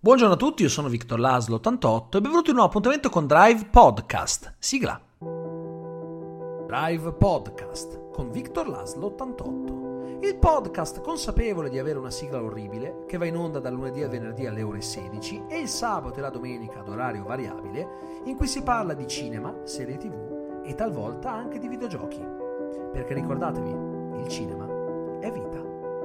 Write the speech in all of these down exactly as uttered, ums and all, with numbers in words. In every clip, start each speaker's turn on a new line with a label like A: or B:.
A: Buongiorno a tutti, io sono Victor Laszlo ottantotto e benvenuti in un nuovo appuntamento con Drive Podcast. Sigla. Drive Podcast con Victor Laszlo ottantotto. Il podcast consapevole di avere una sigla orribile che va in onda dal lunedì al venerdì alle ore sedici e il sabato e la domenica ad orario variabile, in cui si parla di cinema, serie tv e talvolta anche di videogiochi. Perché ricordatevi, il cinema è vita.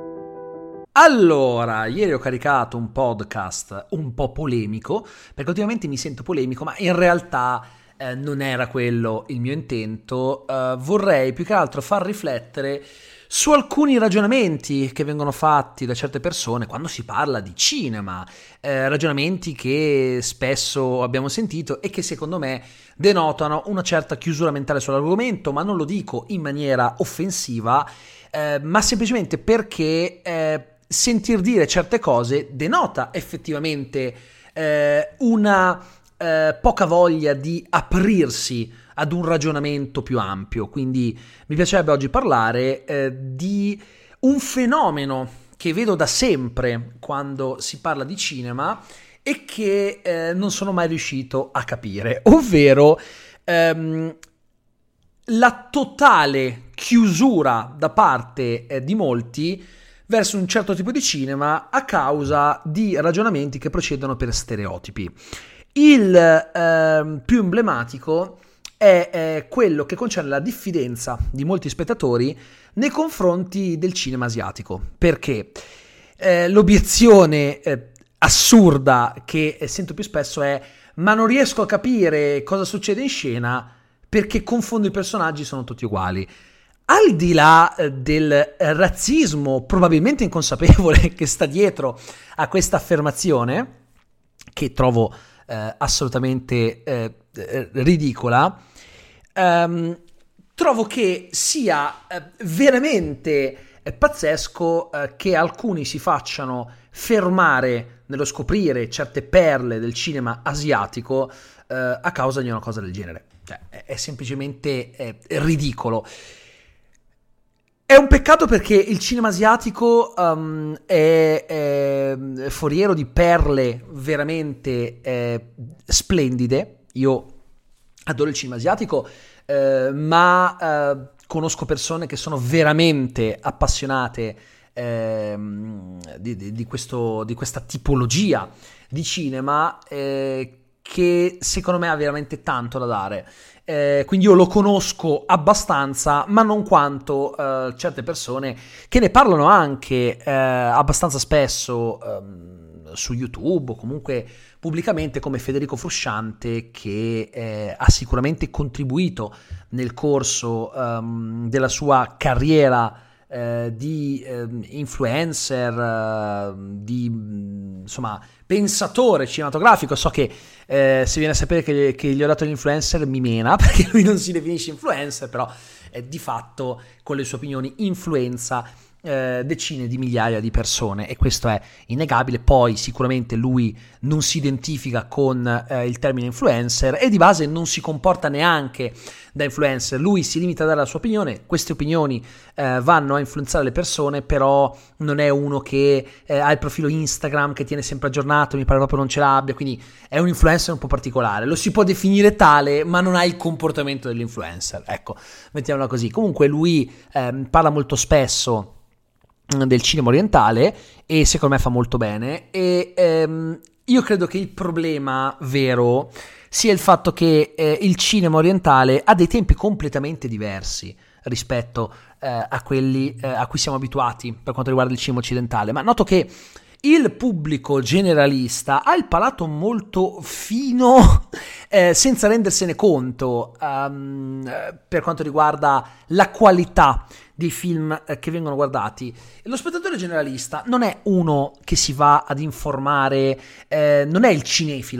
A: Allora, ieri ho caricato un podcast un po' polemico, perché ultimamente mi sento polemico, ma in realtà eh, non era quello il mio intento. Eh, vorrei più che altro far riflettere su alcuni ragionamenti che vengono fatti da certe persone quando si parla di cinema, eh, ragionamenti che spesso abbiamo sentito e che secondo me denotano una certa chiusura mentale sull'argomento, ma non lo dico in maniera offensiva, eh, ma semplicemente perché eh, sentir dire certe cose denota effettivamente eh, una eh, poca voglia di aprirsi ad un ragionamento più ampio. Quindi mi piacerebbe oggi parlare eh, di un fenomeno che vedo da sempre quando si parla di cinema e che eh, non sono mai riuscito a capire, ovvero ehm, la totale chiusura da parte eh, di molti verso un certo tipo di cinema a causa di ragionamenti che procedono per stereotipi. Il eh, più emblematico è, è quello che concerne la diffidenza di molti spettatori nei confronti del cinema asiatico, perché eh, l'obiezione eh, assurda che sento più spesso è: ma non riesco a capire cosa succede in scena perché confondo i personaggi, sono tutti uguali. Al di là eh, del razzismo probabilmente inconsapevole che sta dietro a questa affermazione, che trovo eh, assolutamente eh, ridicola, ehm, trovo che sia eh, veramente eh, pazzesco eh, che alcuni si facciano fermare nello scoprire certe perle del cinema asiatico eh, a causa di una cosa del genere. Cioè, è, è semplicemente eh, ridicolo. È un peccato perché il cinema asiatico um, è, è foriero di perle veramente eh, splendide. Io adoro il cinema asiatico, eh, ma eh, conosco persone che sono veramente appassionate eh, di, di, di, questo, di questa tipologia di cinema eh, che secondo me ha veramente tanto da dare. Eh, quindi io lo conosco abbastanza, ma non quanto eh, certe persone che ne parlano anche eh, abbastanza spesso ehm, su YouTube o comunque pubblicamente, come Federico Frusciante, che eh, ha sicuramente contribuito nel corso ehm, della sua carriera eh, di eh, influencer, eh, di insomma pensatore cinematografico. So che eh, se viene a sapere che, che gli ho dato l'influencer mi mena, perché lui non si definisce influencer, però eh, di fatto con le sue opinioni influenza eh, decine di migliaia di persone, e questo è innegabile. Poi sicuramente lui non si identifica con eh, il termine influencer e di base non si comporta neanche da influencer. Lui si limita a dare la sua opinione, queste opinioni eh, vanno a influenzare le persone, però non è uno che eh, ha il profilo Instagram che tiene sempre aggiornato, mi pare proprio non ce l'abbia, quindi è un influencer un po' particolare, lo si può definire tale, ma non ha il comportamento dell'influencer, ecco, mettiamola così. Comunque lui eh, parla molto spesso del cinema orientale e secondo me fa molto bene, e ehm, io credo che il problema vero sia il fatto che eh, il cinema orientale ha dei tempi completamente diversi rispetto eh, a quelli eh, a cui siamo abituati per quanto riguarda il cinema occidentale, ma noto che il pubblico generalista ha il palato molto fino eh, senza rendersene conto um, per quanto riguarda la qualità dei film eh, che vengono guardati. Lo spettatore generalista non è uno che si va ad informare, eh, non è il cinefilo.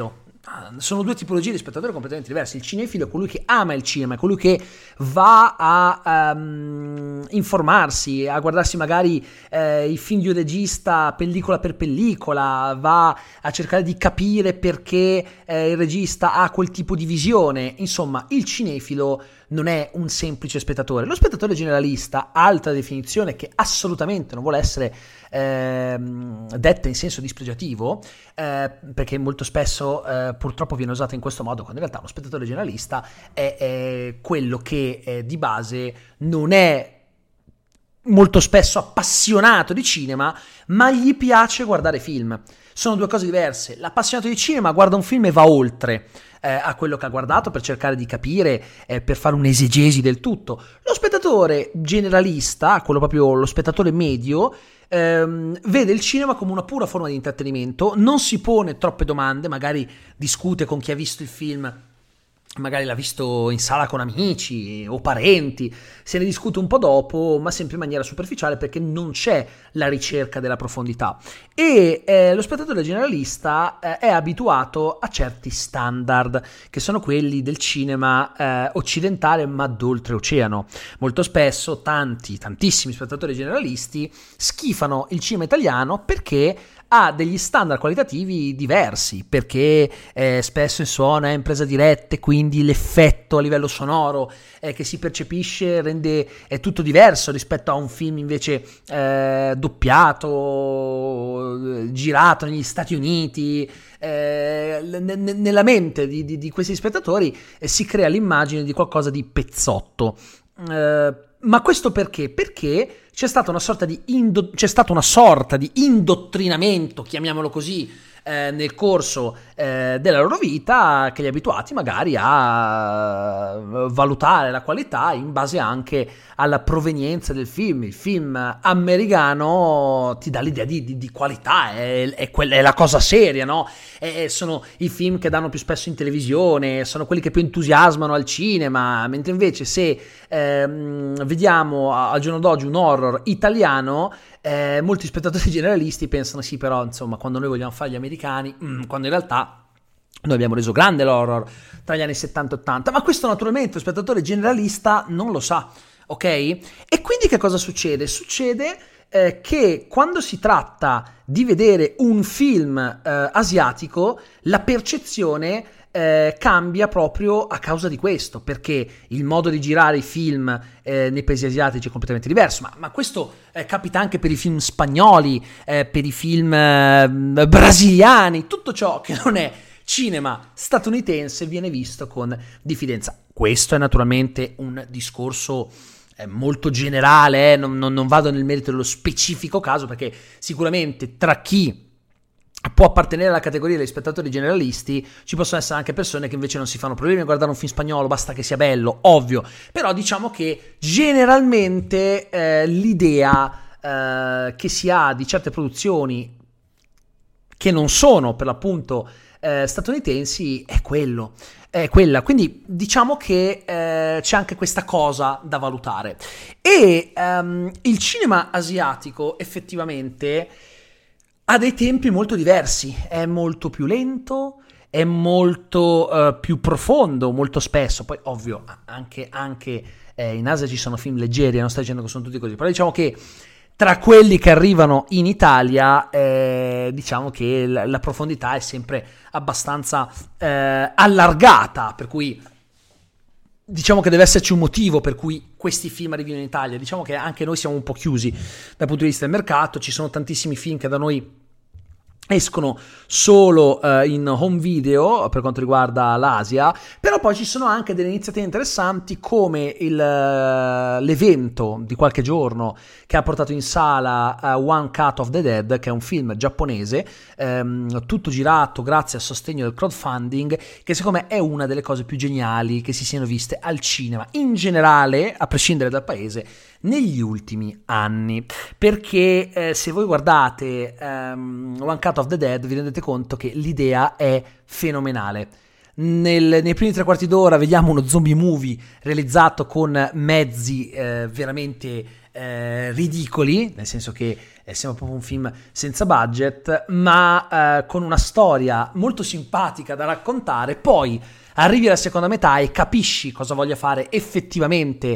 A: sono due tipologie di spettatori completamente diversi. Il cinefilo è colui che ama il cinema, è colui che va a um, informarsi, a guardarsi magari eh, i film di un regista pellicola per pellicola, va a cercare di capire perché eh, il regista ha quel tipo di visione. Insomma, il cinefilo non è un semplice spettatore. Lo spettatore generalista, altra definizione che assolutamente non vuole essere eh, detta in senso dispregiativo, eh, perché molto spesso eh, purtroppo viene usata in questo modo, quando in realtà uno spettatore generalista è, è quello che eh, di base non è molto spesso appassionato di cinema, ma gli piace guardare film. Sono due cose diverse. L'appassionato di cinema guarda un film e va oltre eh, a quello che ha guardato per cercare di capire, eh, per fare un'esegesi del tutto. Lo spettatore generalista, quello proprio lo spettatore medio, ehm, vede il cinema come una pura forma di intrattenimento, non si pone troppe domande, magari discute con chi ha visto il film, magari l'ha visto in sala con amici o parenti, se ne discute un po' dopo, ma sempre in maniera superficiale, perché non c'è la ricerca della profondità. E eh, lo spettatore generalista eh, è abituato a certi standard, che sono quelli del cinema eh, occidentale, ma d'oltreoceano. Molto spesso tanti, tantissimi spettatori generalisti schifano il cinema italiano perché ha degli standard qualitativi diversi, perché eh, spesso il suono è in presa diretta, quindi l'effetto a livello sonoro eh, che si percepisce rende è tutto diverso rispetto a un film invece eh, doppiato, girato negli Stati Uniti. Eh, n- nella mente di, di, di questi spettatori eh, si crea l'immagine di qualcosa di pezzotto. Eh, ma questo perché? Perché c'è stata una sorta di indo- c'è stata una sorta di indottrinamento, chiamiamolo così, eh, nel corso eh, della loro vita, che li ha abituati magari a valutare la qualità in base anche alla provenienza del film. Il film americano ti dà l'idea di, di, di qualità, è, è, quella, è la cosa seria, no? È, sono i film che danno più spesso in televisione, sono quelli che più entusiasmano al cinema, mentre invece se ehm, vediamo al giorno d'oggi un horror italiano, eh, molti spettatori generalisti pensano sì, però insomma, quando noi vogliamo fare gli americani, mm, quando in realtà noi abbiamo reso grande l'horror tra gli anni settanta e ottanta, ma questo naturalmente lo spettatore generalista non lo sa, ok? E quindi che cosa succede? Succede eh, che quando si tratta di vedere un film eh, asiatico, la percezione Eh, cambia proprio a causa di questo, perché il modo di girare i film eh, nei paesi asiatici è completamente diverso, ma, ma questo eh, capita anche per i film spagnoli, eh, per i film eh, brasiliani, tutto ciò che non è cinema statunitense viene visto con diffidenza. Questo è naturalmente un discorso eh, molto generale, eh, non, non, non vado nel merito dello specifico caso, perché sicuramente tra chi può appartenere alla categoria degli spettatori generalisti ci possono essere anche persone che invece non si fanno problemi a guardare un film spagnolo, basta che sia bello, ovvio, però diciamo che generalmente eh, l'idea eh, che si ha di certe produzioni che non sono per l'appunto eh, statunitensi è quello, è quella, quindi diciamo che eh, c'è anche questa cosa da valutare. E um, il cinema asiatico effettivamente ha dei tempi molto diversi, è molto più lento, è molto uh, più profondo molto spesso, poi ovvio anche, anche eh, in Asia ci sono film leggeri, non sto dicendo che sono tutti così, però diciamo che tra quelli che arrivano in Italia eh, diciamo che la, la profondità è sempre abbastanza eh, allargata, per cui diciamo che deve esserci un motivo per cui questi film arrivino in Italia. Diciamo che anche noi siamo un po' chiusi dal punto di vista del mercato, ci sono tantissimi film che da noi escono solo uh, in home video per quanto riguarda l'Asia, però poi ci sono anche delle iniziative interessanti come il, uh, l'evento di qualche giorno che ha portato in sala uh, One Cut of the Dead, che è un film giapponese, um, tutto girato grazie al sostegno del crowdfunding, che secondo me è una delle cose più geniali che si siano viste al cinema in generale, a prescindere dal paese, negli ultimi anni, perché eh, se voi guardate um, One Cut of the Dead vi rendete conto che l'idea è fenomenale. Nel, nei primi tre quarti d'ora vediamo uno zombie movie realizzato con mezzi eh, veramente eh, ridicoli, nel senso che è sempre proprio un film senza budget, ma eh, con una storia molto simpatica da raccontare. Poi arrivi alla seconda metà e capisci cosa voglia fare effettivamente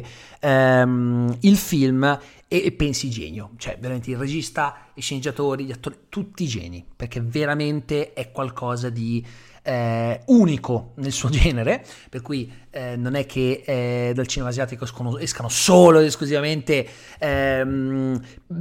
A: ehm, il film e, e pensi genio, cioè veramente il regista, i sceneggiatori, gli attori, tutti geni, perché veramente è qualcosa di eh, unico nel suo genere, per cui eh, non è che eh, dal cinema asiatico escono, escano solo ed esclusivamente ehm,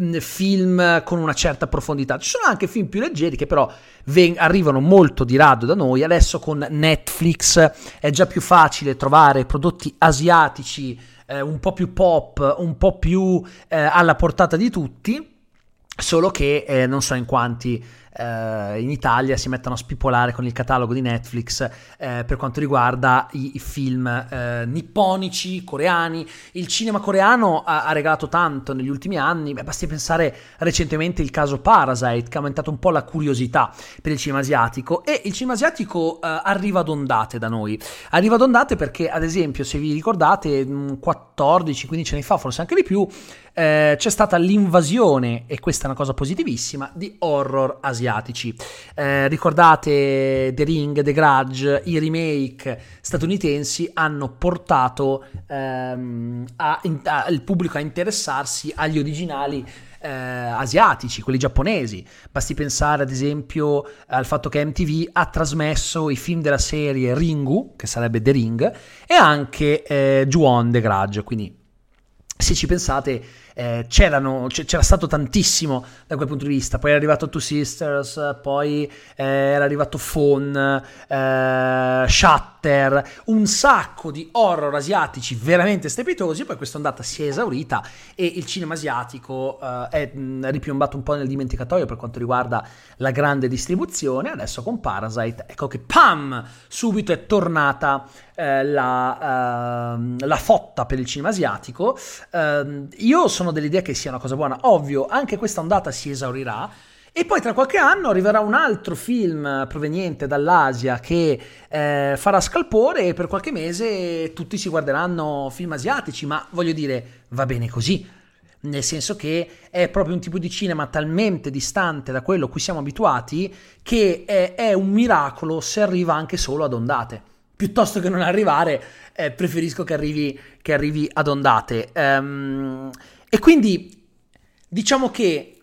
A: film con una certa profondità. Ci sono anche film più leggeri che però ven- arrivano molto di rado da noi. Adesso con Netflix è già più facile trovare prodotti asiatici eh, un po' più pop, un po' più eh, alla portata di tutti, solo che eh, non so in quanti Uh, in Italia si mettono a spipolare con il catalogo di Netflix uh, per quanto riguarda i, i film uh, nipponici, coreani. Il cinema coreano ha, ha regalato tanto negli ultimi anni. Beh, basti pensare recentemente il caso Parasite, che ha aumentato un po' la curiosità per il cinema asiatico, e il cinema asiatico uh, arriva ad ondate da noi. Arriva ad ondate perché, ad esempio, se vi ricordate, quattordici quindici anni fa, forse anche di più, Eh, c'è stata l'invasione, e questa è una cosa positivissima, di horror asiatici. Eh, ricordate The Ring, The Grudge, i remake statunitensi hanno portato ehm, a, in, a, il pubblico a interessarsi agli originali eh, asiatici, quelli giapponesi. Basti pensare ad esempio al fatto che M T V ha trasmesso i film della serie Ringu, che sarebbe The Ring, e anche eh, Ju-On, The Grudge, quindi se ci pensate eh, c'erano, c'era stato tantissimo da quel punto di vista. Poi è arrivato Two Sisters, poi eh, era arrivato Fawn, eh, Shutter, un sacco di horror asiatici veramente strepitosi. Poi questa ondata si è esaurita e il cinema asiatico eh, è mh, ripiombato un po' nel dimenticatoio per quanto riguarda la grande distribuzione. Adesso con Parasite, ecco che pam, subito è tornata eh, la, uh, la fotta per il cinema asiatico. Uh, io sono dell'idea che sia una cosa buona. Ovvio, anche questa ondata si esaurirà e poi tra qualche anno arriverà un altro film proveniente dall'Asia che eh, farà scalpore, e per qualche mese tutti si guarderanno film asiatici. Ma voglio dire, va bene così, nel senso che è proprio un tipo di cinema talmente distante da quello a cui siamo abituati che è, è un miracolo se arriva anche solo ad ondate. Piuttosto che non arrivare, eh, preferisco che arrivi, che arrivi ad ondate. Um, e quindi diciamo che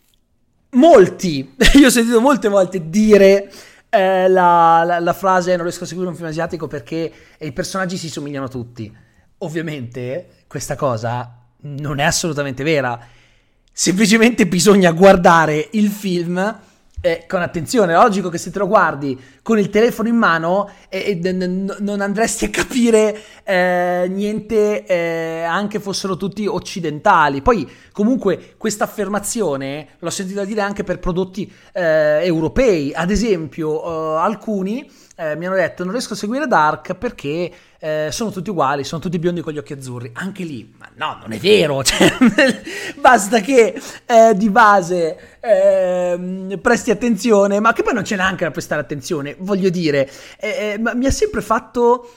A: molti, io ho sentito molte volte dire eh, la, la, la frase non riesco a seguire un film asiatico perché i personaggi si somigliano tutti. Ovviamente questa cosa non è assolutamente vera, semplicemente bisogna guardare il film eh, con attenzione. È logico che se te lo guardi con il telefono in mano eh, eh, n- non andresti a capire eh, niente eh, anche fossero tutti occidentali. Poi comunque questa affermazione l'ho sentita dire anche per prodotti eh, europei. Ad esempio eh, alcuni eh, mi hanno detto non riesco a seguire Dark perché Eh, sono tutti uguali, sono tutti biondi con gli occhi azzurri. Anche lì, ma no, non è vero, cioè, basta che eh, di base eh, presti attenzione, ma che poi non c'è neanche da prestare attenzione, voglio dire, eh, eh, ma mi ha sempre fatto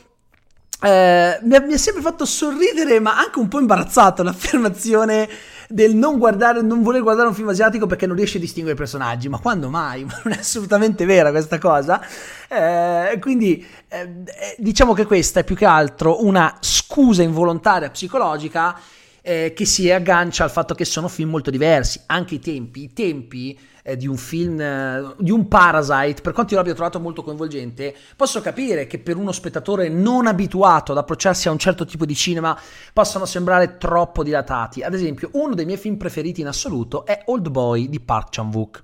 A: eh, mi, ha, mi ha sempre fatto sorridere, ma anche un po' imbarazzato l'affermazione del non guardare, non voler guardare un film asiatico perché non riesce a distinguere i personaggi. Ma quando mai? Ma non è assolutamente vera questa cosa. Eh, quindi eh, diciamo che questa è più che altro una scusa involontaria psicologica eh, che si aggancia al fatto che sono film molto diversi. Anche i tempi, i tempi eh, di un film, eh, di un Parasite, per quanto io l'abbia trovato molto coinvolgente, posso capire che per uno spettatore non abituato ad approcciarsi a un certo tipo di cinema possano sembrare troppo dilatati. Ad esempio, uno dei miei film preferiti in assoluto è Old Boy di Park Chan-wook.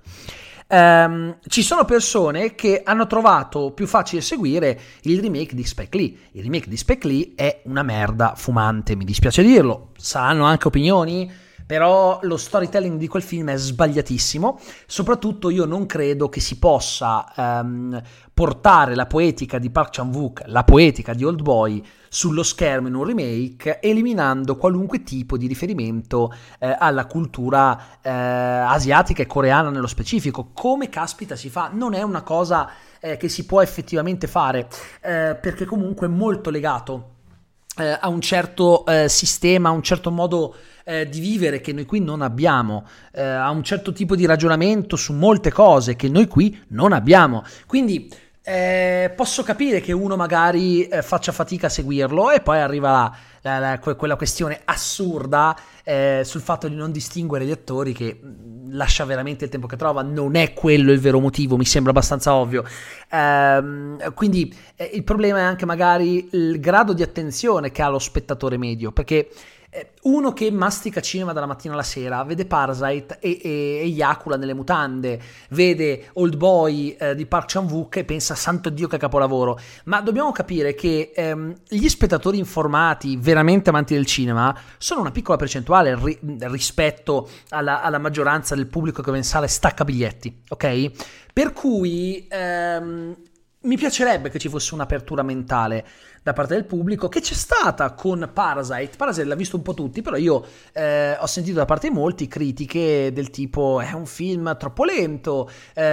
A: Um, ci sono persone che hanno trovato più facile seguire il remake di Spike Lee. Il remake di Spike Lee è una merda fumante, mi dispiace dirlo, saranno anche opinioni, però lo storytelling di quel film è sbagliatissimo. Soprattutto io non credo che si possa um, portare la poetica di Park Chan-wook, la poetica di Old Boy, sullo schermo in un remake, eliminando qualunque tipo di riferimento eh, alla cultura eh, asiatica e coreana nello specifico. Come caspita si fa? Non è una cosa eh, che si può effettivamente fare, eh, perché comunque è molto legato eh, a un certo eh, sistema, a un certo modo eh, di vivere che noi qui non abbiamo, eh, a un certo tipo di ragionamento su molte cose che noi qui non abbiamo. Quindi eh, posso capire che uno magari eh, faccia fatica a seguirlo, e poi arriva la, la, la, que- quella questione assurda eh, sul fatto di non distinguere gli attori, che mh, lascia veramente il tempo che trova. Non è quello il vero motivo, mi sembra abbastanza ovvio. Ehm, quindi eh, il problema è anche magari il grado di attenzione che ha lo spettatore medio, perché eh, uno che mastica cinema dalla mattina alla sera vede Parasite e, e, e eiacula nelle mutande, vede Old Boy eh, di Park Chan-wook e pensa santo Dio che capolavoro. Ma dobbiamo capire che ehm, gli spettatori informati, veramente amanti del cinema, sono una piccola percentuale ri- rispetto alla, alla maggioranza del pubblico che va in sala e stacca biglietti, ok? Per cui ehm, mi piacerebbe che ci fosse un'apertura mentale da parte del pubblico, che c'è stata con Parasite. Parasite l'ha visto un po' tutti, però io eh, ho sentito da parte di molti critiche del tipo è un film troppo lento,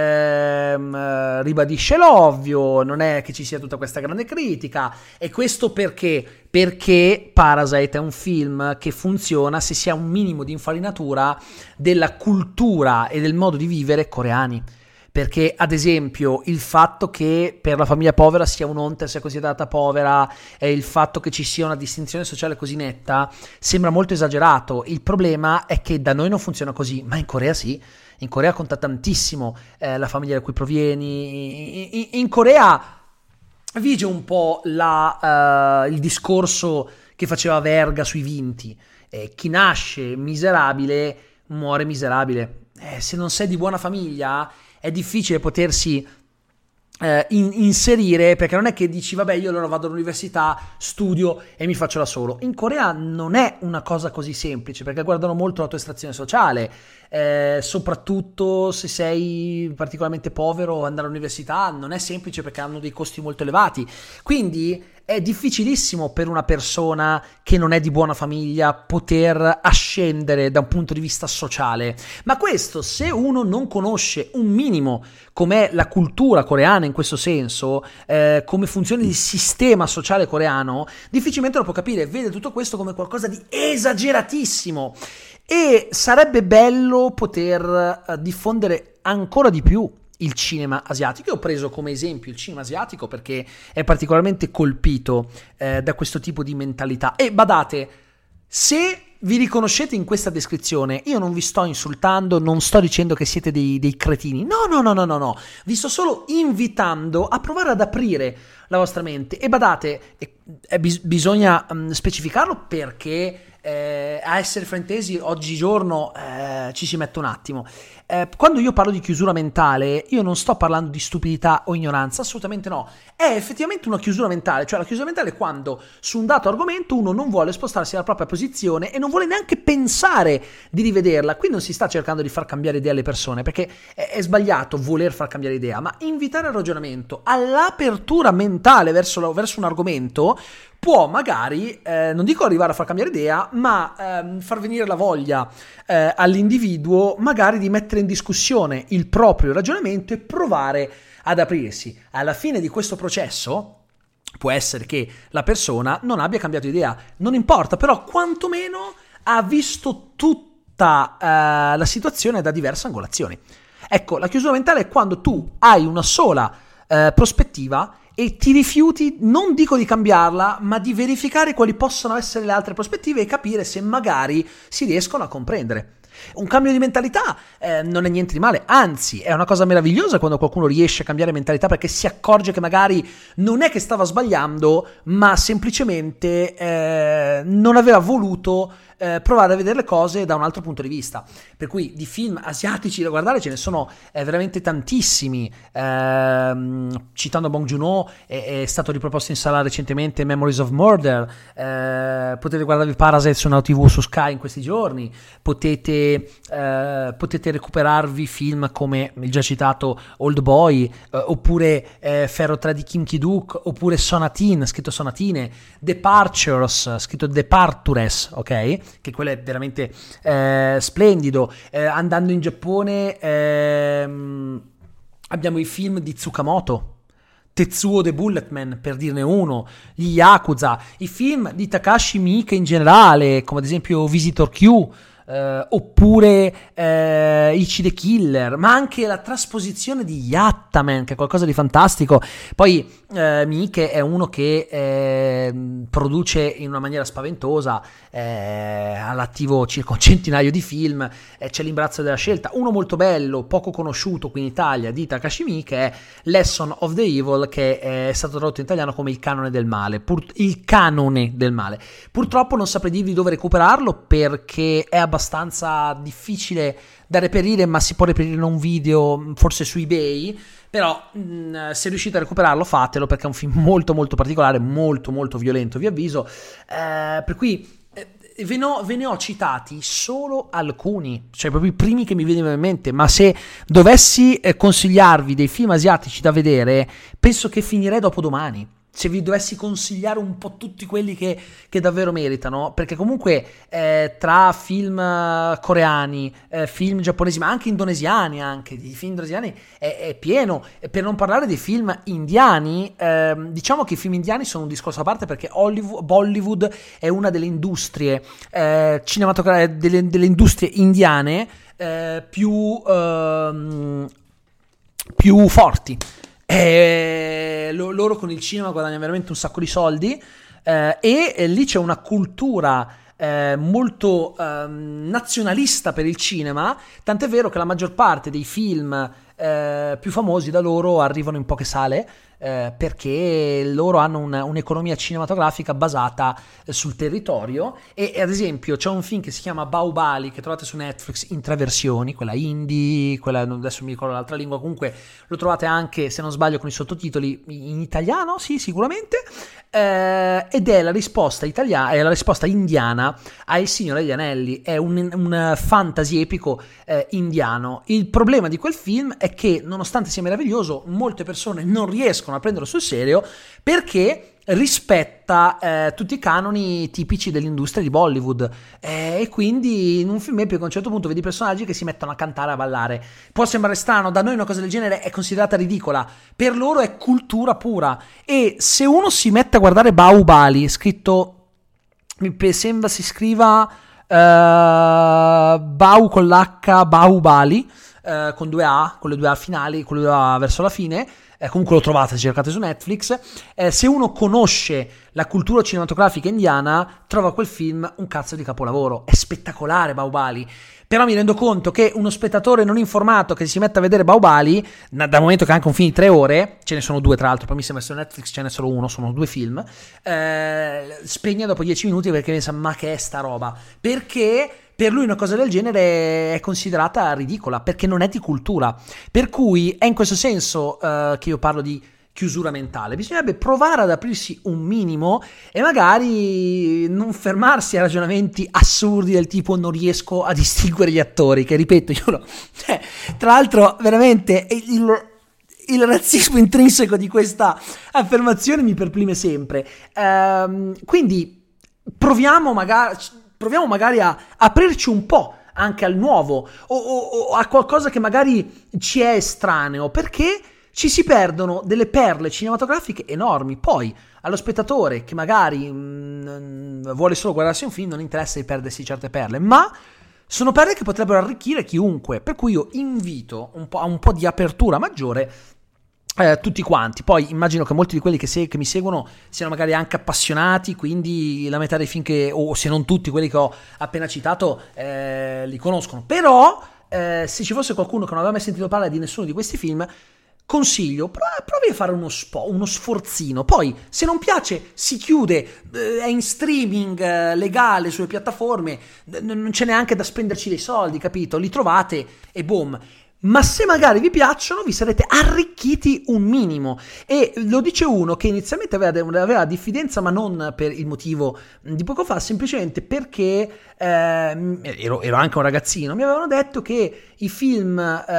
A: ehm, ribadisce l'ovvio, non è che ci sia tutta questa grande critica. E questo perché? Perché Parasite è un film che funziona se si ha un minimo di infarinatura della cultura e del modo di vivere coreani. Perché, ad esempio, il fatto che per la famiglia povera sia un'onta, sia considerata povera, e il fatto che ci sia una distinzione sociale così netta sembra molto esagerato. Il problema è che da noi non funziona così, ma in Corea sì. In Corea conta tantissimo eh, la famiglia da cui provieni. In, in Corea vige un po' la, uh, il discorso che faceva Verga sui vinti. Eh, chi nasce miserabile muore miserabile. Eh, se non sei di buona famiglia è difficile potersi eh, in, inserire, perché non è che dici vabbè io allora vado all'università, studio e mi faccio da solo. In Corea non è una cosa così semplice, perché guardano molto la tua estrazione sociale, eh, soprattutto se sei particolarmente povero, andare all'università non è semplice perché hanno dei costi molto elevati. Quindi è difficilissimo per una persona che non è di buona famiglia poter ascendere da un punto di vista sociale. Ma questo, se uno non conosce un minimo com'è la cultura coreana in questo senso, eh, come funziona il sistema sociale coreano, difficilmente lo può capire. Vede tutto questo come qualcosa di esageratissimo. E sarebbe bello poter uh, diffondere ancora di più il cinema asiatico. Io ho preso come esempio il cinema asiatico perché è particolarmente colpito eh, da questo tipo di mentalità. E badate, se vi riconoscete in questa descrizione, io non vi sto insultando, non sto dicendo che siete dei, dei cretini, no no no no no no, vi sto solo invitando a provare ad aprire la vostra mente. E badate, eh, eh, bis- bisogna um, specificarlo perché eh, a essere fraintesi oggigiorno eh, ci si mette un attimo. Eh, quando io parlo di chiusura mentale, io non sto parlando di stupidità o ignoranza, assolutamente no. È effettivamente una chiusura mentale, cioè la chiusura mentale è quando su un dato argomento uno non vuole spostarsi dalla propria posizione e non vuole neanche pensare di rivederla. Qui non si sta cercando di far cambiare idea alle persone, perché è, è sbagliato voler far cambiare idea, ma invitare al ragionamento, all'apertura mentale verso, verso un argomento può magari, eh, non dico arrivare a far cambiare idea, ma ehm, far venire la voglia eh, all'individuo magari di mettere in discussione il proprio ragionamento e provare ad aprirsi. Alla fine di questo processo può essere che la persona non abbia cambiato idea, non importa, però quantomeno ha visto tutta eh, la situazione da diverse angolazioni. Ecco, la chiusura mentale è quando tu hai una sola eh, prospettiva e ti rifiuti, non dico di cambiarla, ma di verificare quali possono essere le altre prospettive e capire se magari si riescono a comprendere. Un cambio di mentalità eh, non è niente di male, anzi è una cosa meravigliosa quando qualcuno riesce a cambiare mentalità, perché si accorge che magari non è che stava sbagliando, ma semplicemente eh, non aveva voluto eh, provare a vedere le cose da un altro punto di vista. Per cui di film asiatici da guardare ce ne sono eh, veramente tantissimi. Eh, citando Bong Joon-ho, è, è stato riproposto in sala recentemente Memories of Murder. Eh, potete guardarvi Parasite su Now T V su Sky in questi giorni. Potete, eh, potete recuperarvi film come il già citato Old Boy, eh, oppure eh, Ferro tre di Kim Ki-duk, oppure Sonatine, scritto Sonatine, Departures, scritto Departures, ok? Che quello è veramente eh, splendido. Eh, andando in Giappone ehm, abbiamo i film di Tsukamoto, Tetsuo the Bulletman, per dirne uno, gli Yakuza, i film di Takashi Miike in generale, come ad esempio Visitor Q, eh, oppure eh, Ichi the Killer, ma anche la trasposizione di Yattaman, che è qualcosa di fantastico. Poi eh, Miike è uno che eh, produce in una maniera spaventosa, eh, all'attivo circa un centinaio di film, eh, c'è l'imbarazzo della scelta. Uno molto bello, poco conosciuto qui in Italia, di Takashi Miike, è Lesson of the Evil, che è stato tradotto in italiano come Il canone del male, Pur- il canone del male. Purtroppo non saprei dirvi dove recuperarlo, perché è abbastanza difficile da reperire, ma si può reperire in un video, forse su eBay. Però mh, se riuscite a recuperarlo fatelo, perché è un film molto molto particolare, molto molto violento, vi avviso, eh, per cui eh, ve, ne ho, ve ne ho citati solo alcuni, cioè proprio i primi che mi venivano in mente, ma se dovessi eh, consigliarvi dei film asiatici da vedere, penso che finirei dopo domani. Se vi dovessi consigliare un po' tutti quelli che, che davvero meritano, perché comunque eh, tra film uh, coreani, eh, film giapponesi, ma anche indonesiani, anche di film indonesiani è, è pieno. E per non parlare dei film indiani, eh, diciamo che i film indiani sono un discorso a parte, perché Hollywood, Bollywood è una delle industrie eh, cinematografiche, delle, delle industrie indiane eh, più, eh, più forti. E loro con il cinema guadagnano veramente un sacco di soldi, eh, e, e lì c'è una cultura eh, molto eh, nazionalista per il cinema, tant'è vero che la maggior parte dei film eh, più famosi da loro arrivano in poche sale, eh, perché loro hanno una, un'economia cinematografica basata eh, sul territorio. E, e ad esempio c'è un film che si chiama Bahubali, che trovate su Netflix in tre versioni, quella indie, quella adesso mi ricordo l'altra lingua, comunque lo trovate anche, se non sbaglio, con i sottotitoli in italiano, sì, sicuramente, eh, ed è la risposta italiana, è la risposta indiana a Il Signore degli Anelli. È un, un fantasy epico eh, indiano. Il problema di quel film è che, nonostante sia meraviglioso, molte persone non riescono a prenderlo sul serio, perché rispetta eh, tutti i canoni tipici dell'industria di Bollywood, eh, e quindi in un film epico a un certo punto vedi personaggi che si mettono a cantare, a ballare. Può sembrare strano, da noi una cosa del genere è considerata ridicola, per loro è cultura pura. E se uno si mette a guardare Bahubali, scritto, mi sembra si scriva uh, Bau con l'H, Bahubali, uh, con due A, con le due A finali, con le due A verso la fine. Eh, comunque lo trovate, cercate su Netflix. Eh, se uno conosce la cultura cinematografica indiana, trova quel film un cazzo di capolavoro. È spettacolare Bahubali. Però mi rendo conto che uno spettatore non informato che si mette a vedere Bahubali, dal momento che è anche un film di tre ore, ce ne sono due tra l'altro, poi mi sembra che su Netflix ce n'è solo uno, sono due film, eh, spegne dopo dieci minuti, perché pensa: ma che è sta roba? Perché per lui una cosa del genere è considerata ridicola, perché non è di cultura. Per cui è in questo senso uh, che io parlo di chiusura mentale. Bisognerebbe provare ad aprirsi un minimo e magari non fermarsi a ragionamenti assurdi del tipo non riesco a distinguere gli attori, che ripeto, io lo, cioè, tra l'altro veramente il, il razzismo intrinseco di questa affermazione mi perplime sempre. Um, quindi proviamo magari proviamo magari a aprirci un po' anche al nuovo, o, o, o a qualcosa che magari ci è estraneo, perché ci si perdono delle perle cinematografiche enormi. Poi allo spettatore che magari mh, vuole solo guardarsi un film non interessa di perdersi certe perle, ma sono perle che potrebbero arricchire chiunque, per cui io invito un po' a un po' di apertura maggiore Eh, tutti quanti. Poi immagino che molti di quelli che, se- che mi seguono siano magari anche appassionati, quindi la metà dei film che, o se non tutti quelli che ho appena citato, eh, li conoscono. Però eh, se ci fosse qualcuno che non aveva mai sentito parlare di nessuno di questi film, consiglio, prov- provi a fare uno, spo- uno sforzino. Poi se non piace si chiude, eh, è in streaming eh, legale sulle piattaforme, n- non c'è neanche da spenderci dei soldi, capito? Li trovate e boom. Ma se magari vi piacciono, vi sarete arricchiti un minimo. E lo dice uno che inizialmente aveva, aveva diffidenza, ma non per il motivo di poco fa, semplicemente perché eh, ero, ero anche un ragazzino, mi avevano detto che i film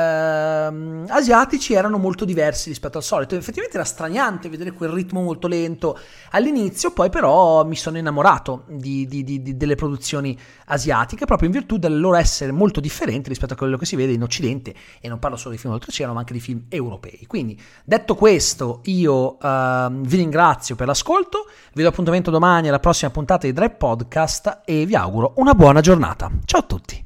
A: eh, asiatici erano molto diversi rispetto al solito. Effettivamente era straniante vedere quel ritmo molto lento all'inizio, poi però mi sono innamorato di, di, di, di, delle produzioni asiatiche, proprio in virtù del loro essere molto differenti rispetto a quello che si vede in Occidente e non parlo solo di film oltreoceano ma anche di film europei. Quindi detto questo io uh, vi ringrazio per l'ascolto, vi do appuntamento domani alla prossima puntata di Drive Podcast e vi auguro una buona giornata. Ciao a tutti.